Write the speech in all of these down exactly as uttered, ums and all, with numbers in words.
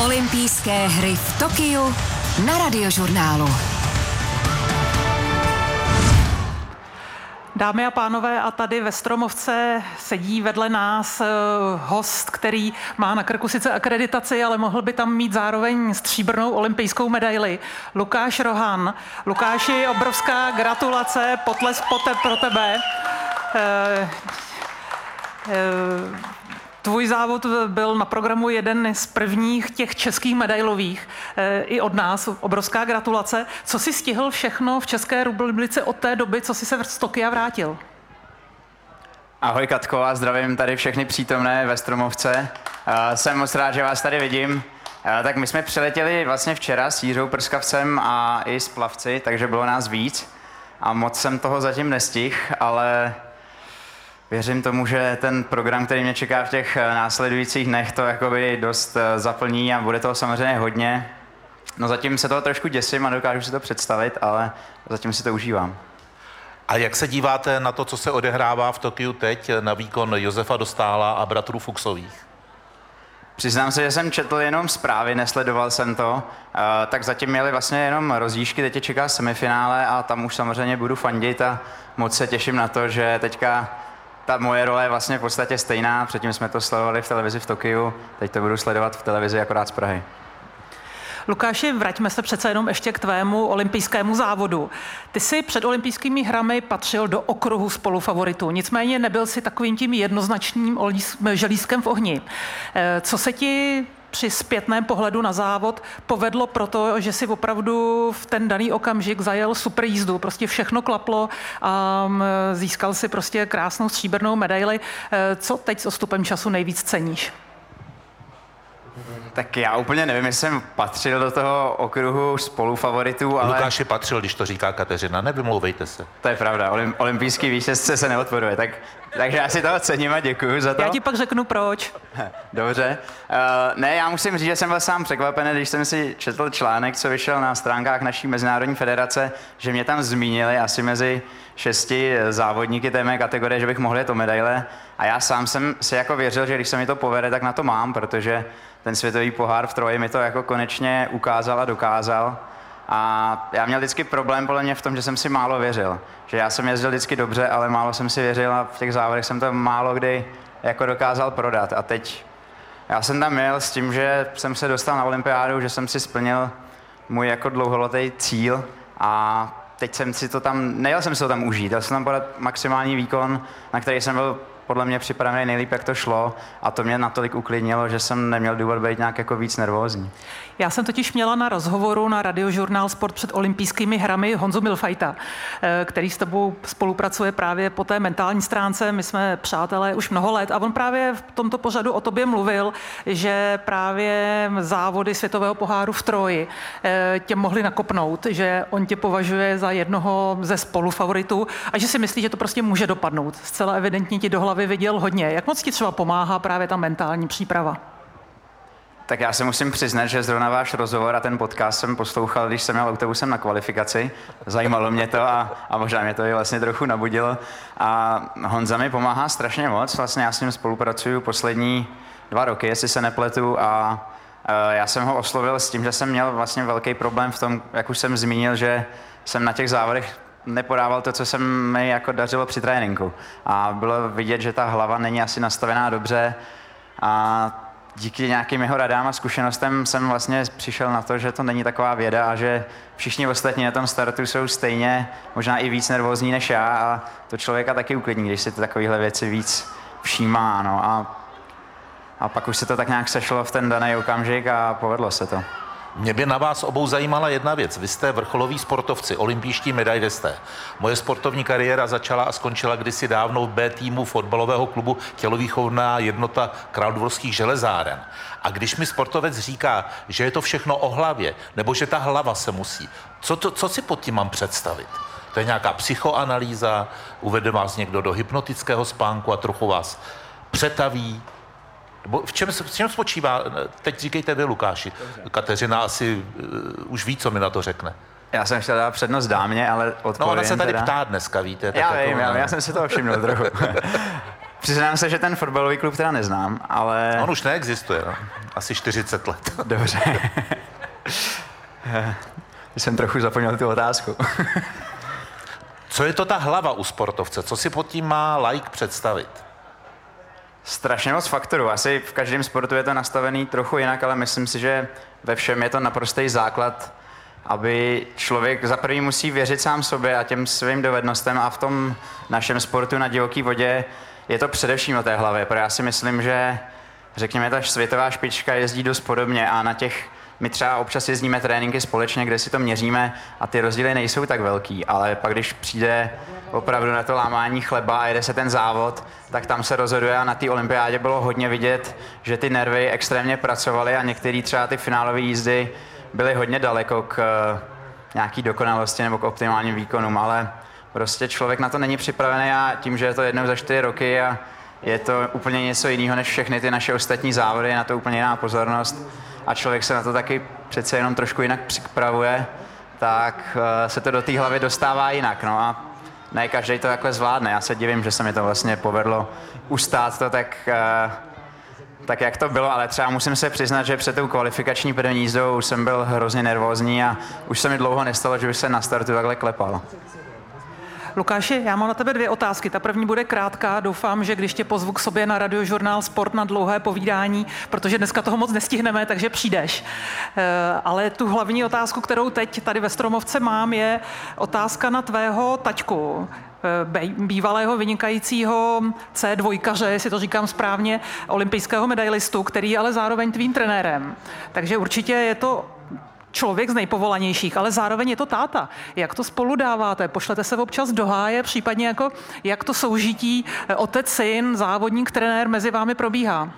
Olympijské hry v Tokiu na Radiožurnálu. Dámy a pánové, a tady ve Stromovce sedí vedle nás host, který má na krku sice akreditaci, ale mohl by tam mít zároveň stříbrnou olympijskou medaili. Lukáš Rohan. Lukáši, obrovská gratulace, potlesk pro tebe. E, e, Tvůj závod byl na programu jeden z prvních těch českých medailových, e, i od nás. Obrovská gratulace. Co jsi stihl všechno v České republice od té doby, co jsi se z Tokia vrátil? Ahoj Katko, a zdravím tady všechny přítomné ve Stromovce. Uh, jsem moc rád, že vás tady vidím. Uh, tak my jsme přiletěli vlastně včera s Jiřou Prskavcem a i s plavci, takže bylo nás víc. A moc jsem toho zatím nestihl, ale věřím tomu, že ten program, který mě čeká v těch následujících dnech, to jakoby dost zaplní a bude toho samozřejmě hodně. No zatím se toho trošku děsím a dokážu si to představit, ale zatím si to užívám. A jak se díváte na to, co se odehrává v Tokiu teď, na výkon Josefa Dostála a bratrů Fuchsových? Přiznám se, že jsem četl jenom zprávy, nesledoval jsem to, uh, tak zatím měli vlastně jenom rozjížďky, teď je čeká semifinále a tam už samozřejmě budu fandit a moc se těším na to, že teďka ta moje role je vlastně v podstatě stejná, předtím jsme to sledovali v televizi v Tokiu, teď to budu sledovat v televizi akorát z Prahy. Lukáši, vraťme se přece jenom ještě k tvému olympijskému závodu. Ty jsi před olympijskými hrami patřil do okruhu spolufavoritů, nicméně nebyl si takovým tím jednoznačným želízkem v ohni. Co se ti při zpětném pohledu na závod povedlo proto, že si opravdu v ten daný okamžik zajel super jízdu, prostě všechno klaplo a získal si prostě krásnou stříbrnou medaili. Co teď s odstupem času nejvíc ceníš? Tak já úplně nevím, jestli jsem patřil do toho okruhu spolufavoritů, ale... Lukáši patřil, když to říká Kateřina, nevymlouvejte se. To je pravda, Olymp- olympijský vítězce se neodporuje, tak, takže já si toho cením a děkuju za to. Já ti pak řeknu proč. Dobře. Uh, ne, já musím říct, že jsem byl sám překvapený, když jsem si četl článek, co vyšel na stránkách naší mezinárodní federace, že mě tam zmínili asi mezi šesti závodníky té mé kategorie, že bych mohl jet o medaile. A já sám jsem si jako věřil, že když se mi to povede, tak na to mám, protože ten světový pohár v Troji mi to jako konečně ukázal a dokázal. A já měl vždycky problém podle mě v tom, že jsem si málo věřil. Že já jsem jezdil vždycky dobře, ale málo jsem si věřil a v těch závodech jsem to málo kdy jako dokázal prodat. A teď já jsem tam jel s tím, že jsem se dostal na olympiádu, že jsem si splnil můj jako dlouholetý cíl a teď jsem si to tam, nejel jsem si to tam užít, jel jsem tam podat maximální výkon, na který jsem byl podle mě připravený nejlíp, jak to šlo a to mě natolik uklidnilo, že jsem neměl důvod být nějak jako víc nervózní. Já jsem totiž měla na rozhovoru na Radiožurnál Sport před olympijskými hrami Honzu Milfajta, který s tebou spolupracuje právě po té mentální stránce. My jsme přátelé už mnoho let a on právě v tomto pořadu o tobě mluvil, že právě závody světového poháru v Troji tě mohli nakopnout, že on tě považuje za jednoho ze spolufavoritů a že si myslí, že to prostě může dopadnout. Zcela evidentně ti do hlavy viděl hodně. Jak moc ti třeba pomáhá právě ta mentální příprava? Tak já se musím přiznat, že zrovna váš rozhovor a ten podcast jsem poslouchal, když jsem měl autobusem na kvalifikaci. Zajímalo mě to a, a možná mě to i vlastně trochu nabudilo. A Honza mi pomáhá strašně moc. Vlastně já s ním spolupracuju poslední dva roky, jestli se nepletu. A e, já jsem ho oslovil s tím, že jsem měl vlastně velký problém v tom, jak už jsem zmínil, že jsem na těch závodech nepodával to, co se mi jako dařilo při tréninku. A bylo vidět, že ta hlava není asi nastavená dobře. A díky nějakým jeho radám a zkušenostem jsem vlastně přišel na to, že to není taková věda a že všichni ostatní na tom startu jsou stejně, možná i víc nervózní než já a to člověka taky uklidní, když si to takovéhle věci víc všímá. No. A, a pak už se to tak nějak sešlo v ten daný okamžik a povedlo se to. Mě by na vás obou zajímala jedna věc. Vy jste vrcholoví sportovci, olympijští medailisté. Moje sportovní kariéra začala a skončila kdysi dávno v B týmu fotbalového klubu Tělovýchovná jednota Královéhradských železáren. A když mi sportovec říká, že je to všechno o hlavě, nebo že ta hlava se musí, co, to, co si pod tím mám představit? To je nějaká psychoanalýza, uvede vás někdo do hypnotického spánku a trochu vás přetaví. V čem, v čem spočívá, teď říkejte vy, Lukáši, Kateřina asi uh, už ví, co mi na to řekne. Já jsem chtěl dát přednost dámě, ale odpovím. No ona se tady teda ptá dneska, víte. Tak já jako vím, já, já jsem si toho všimnul trochu. Přiznám se, že ten fotbalový klub teda neznám, ale... On už neexistuje, no. Asi čtyřicet let. Dobře. Jsem trochu zapomněl tu otázku. Co je to ta hlava u sportovce? Co si pod tím má laik představit? Strašně moc faktorů. Asi v každém sportu je to nastavený trochu jinak, ale myslím si, že ve všem je to naprostý základ, aby člověk za prvý musí věřit sám sobě a těm svým dovednostem, a v tom našem sportu na divoký vodě je to především o té hlavě, protože já si myslím, že řekněme ta světová špička jezdí dost podobně a na těch my třeba občas jezdíme tréninky společně, kde si to měříme a ty rozdíly nejsou tak velký, ale pak když přijde opravdu na to lámání chleba a jede se ten závod, tak tam se rozhoduje a na té olympiádě bylo hodně vidět, že ty nervy extrémně pracovaly a některé třeba ty finálové jízdy byly hodně daleko k nějaký dokonalosti nebo k optimálním výkonům, ale prostě člověk na to není připravený a tím, že je to jednou za čtyři roky a je to úplně něco jiného než všechny ty naše ostatní závody, je na to úplně jiná pozornost a člověk se na to taky přece jenom trošku jinak připravuje, tak se to do té hlavy dostává jinak. No a ne každý to takhle zvládne. Já se divím, že se mi to vlastně povedlo ustát to tak, tak jak to bylo, ale třeba musím se přiznat, že před tou kvalifikační první jízdou už jsem byl hrozně nervózní a už se mi dlouho nestalo, že bych se na startu takhle klepal. Lukáši, já mám na tebe dvě otázky. Ta první bude krátká. Doufám, že když tě pozvu k sobě na Radiožurnál Sport na dlouhé povídání, protože dneska toho moc nestihneme, takže přijdeš. Ale tu hlavní otázku, kterou teď tady ve Stromovce mám, je otázka na tvého taťku, bývalého vynikajícího cé dva, jestli to říkám správně, olympijského medailistu, který je ale zároveň tvým trenérem. Takže určitě je to člověk z nejpovolanějších, ale zároveň je to táta. Jak to spolu dáváte? Pošlete se občas do háje, případně jako, jak to soužití otec, syn, závodník, trenér mezi vámi probíhá?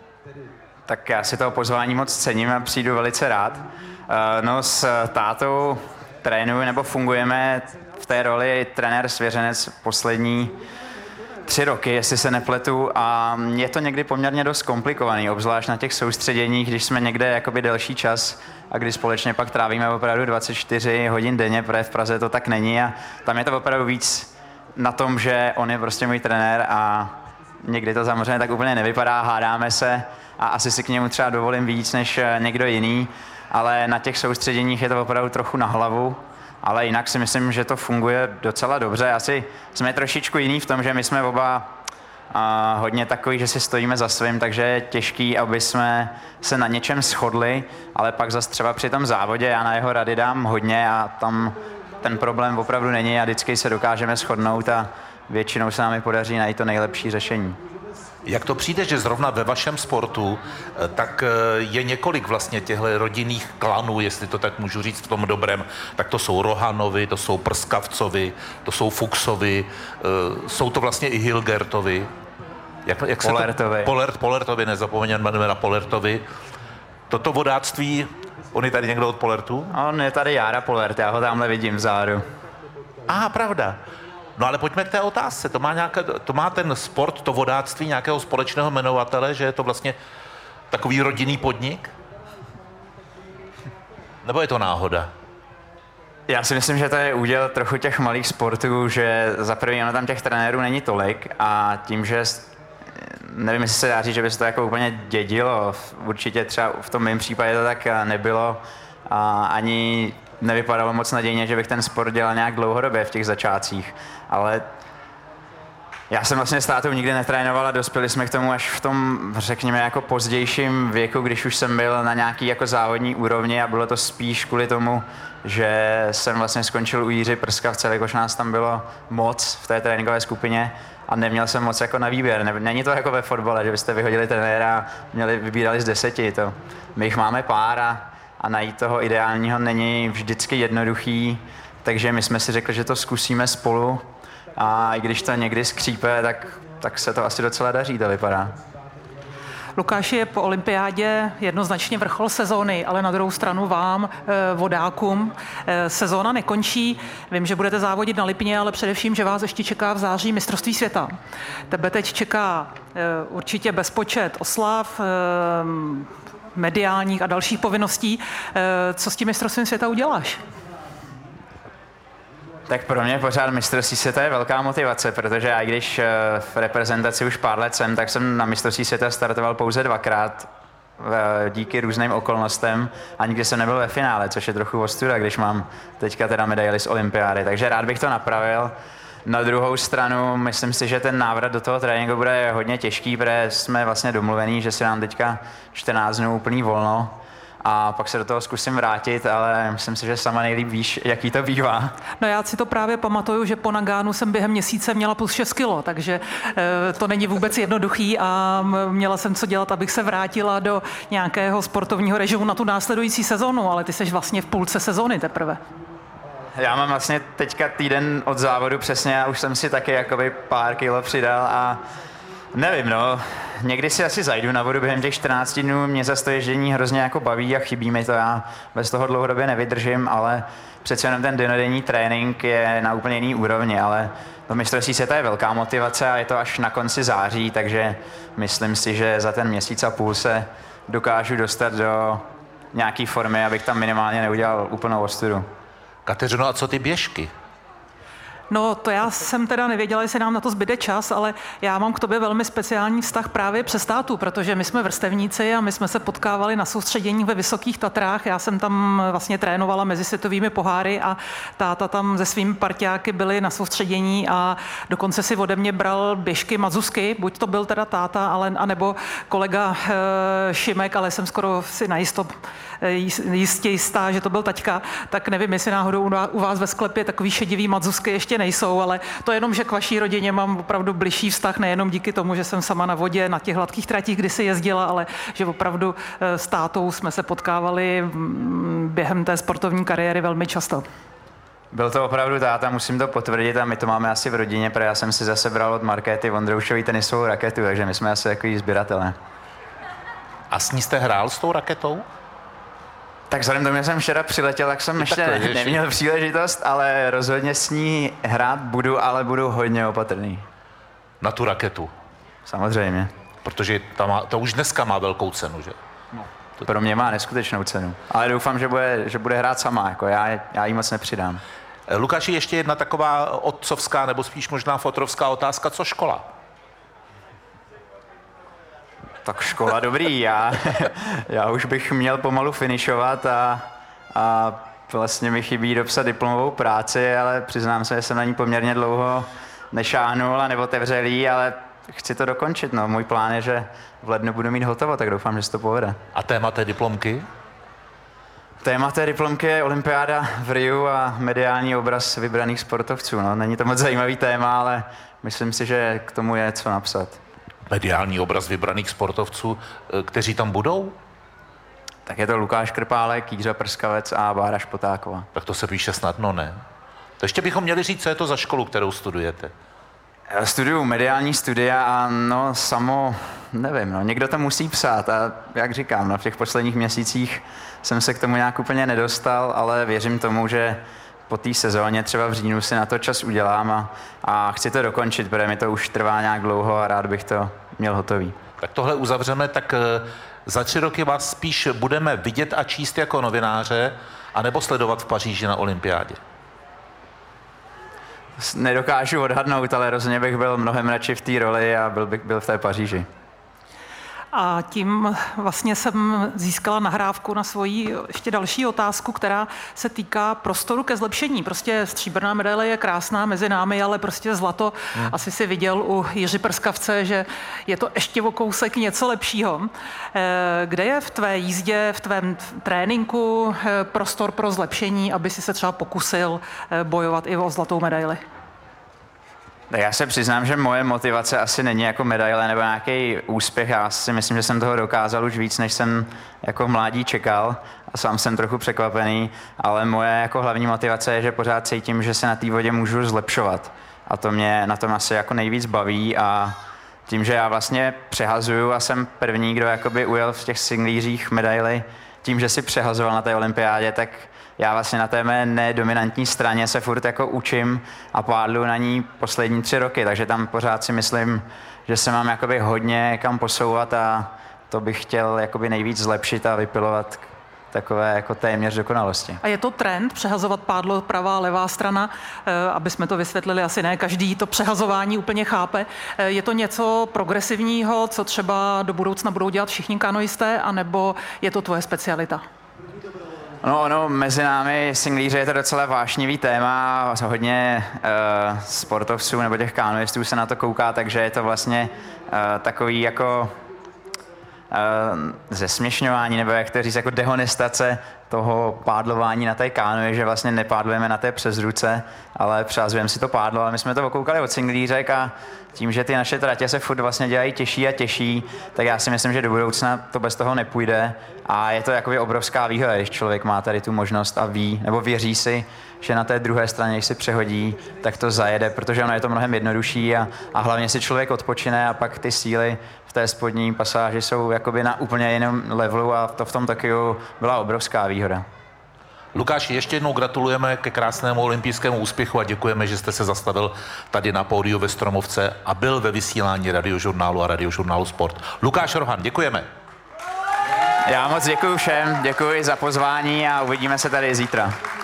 Tak já si toho pozvání moc cením a přijdu velice rád. No s tátou trénuji nebo fungujeme v té roli trenér svěřenec poslední tři roky, jestli se nepletu, a je to někdy poměrně dost komplikovaný, obzvlášť na těch soustředěních, když jsme někde jakoby delší čas a když společně pak trávíme opravdu dvacet čtyři hodin denně, protože v Praze to tak není a tam je to opravdu víc na tom, že on je prostě můj trenér a někdy to samozřejmě tak úplně nevypadá, hádáme se a asi si k němu třeba dovolím víc než někdo jiný, ale na těch soustředěních je to opravdu trochu na hlavu. Ale jinak si myslím, že to funguje docela dobře. Asi jsme trošičku jiný v tom, že my jsme oba a, hodně takový, že si stojíme za svým, takže je těžký, aby jsme se na něčem shodli, ale pak zase třeba při tom závodě já na jeho rady dám hodně a tam ten problém opravdu není a vždycky se dokážeme shodnout a většinou se nám i podaří najít to nejlepší řešení. Jak to přijde, že zrovna ve vašem sportu tak je několik vlastně těchto rodinných klanů, jestli to tak můžu říct v tom dobrém, tak to jsou Rohanovi, to jsou Prskavcovi, to jsou Fuchsovi, jsou to vlastně i Hilgertovi. Jak, jak Polertovi. To, Polert, Polertovi, nezapomeňme na Polertovi. Toto vodáctví, on je tady někdo od Polertu? On je tady Jára Polert, já ho tamhle vidím vzadu. Aha, pravda. No ale pojďme k té otázce. To má, nějaké, to má ten sport, to vodáctví nějakého společného jmenovatele, že je to vlastně takový rodinný podnik? Nebo je to náhoda? Já si myslím, že to je úděl trochu těch malých sportů, že za první ono tam těch trenérů není tolik a tím, že nevím, jestli se dá říct, že by se to jako úplně dědilo. Určitě třeba v tom mém případě to tak nebylo a ani nevypadalo moc nadějně, že bych ten sport dělal nějak dlouhodobě v těch začátcích, ale já jsem vlastně s tátou nikdy netrénoval a dospěli jsme k tomu až v tom, řekněme, jako pozdějším věku, když už jsem byl na nějaký jako závodní úrovni a bylo to spíš kvůli tomu, že jsem vlastně skončil u Jiří Prskavce, jakož nás tam bylo moc v té tréninkové skupině a neměl jsem moc jako na výběr. Není to jako ve fotbale, že byste vyhodili trenéra a měli, vybírali z deseti. To. My jich máme pár a a najít toho ideálního není vždycky jednoduchý, takže my jsme si řekli, že to zkusíme spolu a i když to někdy skřípe, tak, tak se to asi docela daří, to vypadá. Lukáši, je po olympiádě jednoznačně vrchol sezóny, ale na druhou stranu vám, vodákům, sezóna nekončí. Vím, že budete závodit na Lipně, ale především, že vás ještě čeká v září mistrovství světa. Tebe teď čeká určitě bezpočet oslav, mediálních a dalších povinností. Co s tím mistrovstvím světa uděláš? Tak pro mě pořád mistrovství světa je velká motivace, protože já když v reprezentaci už pár let jsem, tak jsem na mistrovství světa startoval pouze dvakrát díky různým okolnostem a nikdy jsem nebyl ve finále, což je trochu ostuda, když mám teďka teda medaili z olympiády, takže rád bych to napravil. Na druhou stranu myslím si, že ten návrat do toho tréninku bude hodně těžký, protože jsme vlastně domluvení, že si nám teďka čtrnáct dnů úplný volno a pak se do toho zkusím vrátit, ale myslím si, že sama nejlíp víš, jaký to bývá. No já si to právě pamatuju, že po Nagánu jsem během měsíce měla plus šest kilo, takže e, to není vůbec jednoduchý a měla jsem co dělat, abych se vrátila do nějakého sportovního režimu na tu následující sezonu, ale ty seš vlastně v půlce sezony teprve. Já mám vlastně teďka týden od závodu přesně a už jsem si taky jakoby pár kilo přidal a nevím, no, někdy si asi zajdu na vodu během těch čtrnácti dnů, mě zase to ježdění hrozně jako baví a chybí mi to, já bez toho dlouhodobě nevydržím, ale přece jenom ten denodenní trénink je na úplně jiný úrovni, ale to mistrovství světa je velká motivace a je to až na konci září, takže myslím si, že za ten měsíc a půl se dokážu dostat do nějaký formy, abych tam minimálně neudělal úplnou ostudu. Kateřino, a co ty běžky? No to já jsem teda nevěděla, jestli nám na to zbyde čas, ale já mám k tobě velmi speciální vztah právě přes tátu, protože my jsme vrstevníci a my jsme se potkávali na soustředěních ve Vysokých Tatrách. Já jsem tam vlastně trénovala mezi světovými poháry a táta tam se svými parťáky byli na soustředění a dokonce si ode mě bral běžky Mazusky, buď to byl teda táta, ale, anebo kolega e, Šimek, ale jsem skoro si najisto jistě jistá, že to byl taťka, tak nevím, jestli náhodou u vás ve sklepě takový šedivý Mazusky ještě nejsou, ale to jenom, že k vaší rodině mám opravdu bližší vztah, nejenom díky tomu, že jsem sama na vodě na těch hladkých tratích kdysi jezdila, ale že opravdu s tátou jsme se potkávali během té sportovní kariéry velmi často. Byl to opravdu táta, musím to potvrdit a my to máme asi v rodině, protože já jsem si zase bral od Markéty Vondroušový tenisovou raketu, takže my jsme asi takový sběratelé. A s ní jste hrál s tou raketou? Tak vzhledem tomu, že jsem včera přiletěl, tak jsem ještě takhle, ne, neměl příležitost, ale rozhodně s ní hrát budu, ale budu hodně opatrný. Na tu raketu? Samozřejmě. Protože ta, má, ta už dneska má velkou cenu, že? No. To pro mě má neskutečnou cenu. Ale doufám, že bude, že bude hrát sama, jako já, já jí moc nepřidám. Lukáši, ještě jedna taková otcovská, nebo spíš možná fotrovská otázka, co škola? Tak škola dobrý, já, já už bych měl pomalu finišovat a, a vlastně mi chybí dopsat diplomovou práci, ale přiznám se, že jsem na ní poměrně dlouho nešáhnul a neotevřelý, ale chci to dokončit. No. Můj plán je, že v lednu budu mít hotovo, tak doufám, že se to povede. A téma té diplomky? Téma té diplomky je olympiáda v Riu a mediální obraz vybraných sportovců. No. Není to moc zajímavý téma, ale myslím si, že k tomu je co napsat. Mediální obraz vybraných sportovců, kteří tam budou? Tak je to Lukáš Krpálek, Jiřa Prskavec a Bára Špotáková. Tak to se píše snadno, ne? To ještě bychom měli říct, co je to za školu, kterou studujete. Já studuju mediální studia a no samo, nevím, no, někdo to musí psát a jak říkám, no, v těch posledních měsících jsem se k tomu nějak úplně nedostal, ale věřím tomu, že po té sezóně třeba v říjnu si na to čas udělám a, a chci to dokončit, protože mi to už trvá nějak dlouho a rád bych to měl hotový. Tak tohle uzavřeme, tak za tři roky vás spíš budeme vidět a číst jako novináře, anebo sledovat v Paříži na olympiádě? Nedokážu odhadnout, ale rozhodně bych byl mnohem radši v té roli a byl bych byl v té Paříži. A tím vlastně jsem získala nahrávku na svoji ještě další otázku, která se týká prostoru ke zlepšení. Prostě stříbrná medaile je krásná mezi námi, ale prostě zlato, hmm. asi si viděl u Jiří Prskavce, že je to ještě o kousek něco lepšího. Kde je v tvé jízdě, v tvém tréninku prostor pro zlepšení, aby si se třeba pokusil bojovat i o zlatou medaili? Já se přiznám, že moje motivace asi není jako medaile nebo nějaký úspěch. Já si myslím, že jsem toho dokázal už víc, než jsem jako v mládí čekal a sám jsem trochu překvapený, ale moje jako hlavní motivace je, že pořád cítím, že se na té vodě můžu zlepšovat a to mě na tom asi jako nejvíc baví a tím, že já vlastně přehazuju a jsem první, kdo jakoby ujel v těch singlířích medaily, tím, že si přehazoval na té olympiádě, tak já vlastně na té mé nedominantní straně se furt jako učím a pádlu na ní poslední tři roky, takže tam pořád si myslím, že se mám jakoby hodně kam posouvat a to bych chtěl jakoby nejvíc zlepšit a vypilovat takové jako téměř dokonalosti. A je to trend přehazovat pádlo pravá a levá strana, aby jsme to vysvětlili, asi ne každý to přehazování úplně chápe. Je to něco progresivního, co třeba do budoucna budou dělat všichni kanoisté, anebo je to tvoje specialita? No, ono, mezi námi singlíři je to docela vášnivý téma, hodně uh, sportovců nebo těch kanoistů se na to kouká, takže je to vlastně uh, takový jako uh, zesměšňování, nebo jak to říct, jako dehonestace toho pádlování na té kánoi, že vlastně nepádlujeme na té přes ruce, ale přehazujeme si to pádlo, ale my jsme to okoukali od singlířek a tím, že ty naše tratě se furt vlastně dělají těžší a těžší, tak já si myslím, že do budoucna to bez toho nepůjde a je to jakoby obrovská výhoda, když člověk má tady tu možnost a ví, nebo věří si, že na té druhé straně, když si přehodí, tak to zajede, protože ono je to mnohem jednodušší a, a hlavně si člověk odpočine a pak ty síly v té spodní pasáži jsou jakoby na úplně jiném levelu a to v tom Tokiu byla obrovská výhoda. Lukáši, ještě jednou gratulujeme ke krásnému olympijskému úspěchu a děkujeme, že jste se zastavil tady na pódiu ve Stromovce a byl ve vysílání Radiožurnálu a Radiožurnálu Sport. Lukáš Rohan, děkujeme. Já moc děkuji všem, děkuji za pozvání a uvidíme se tady zítra.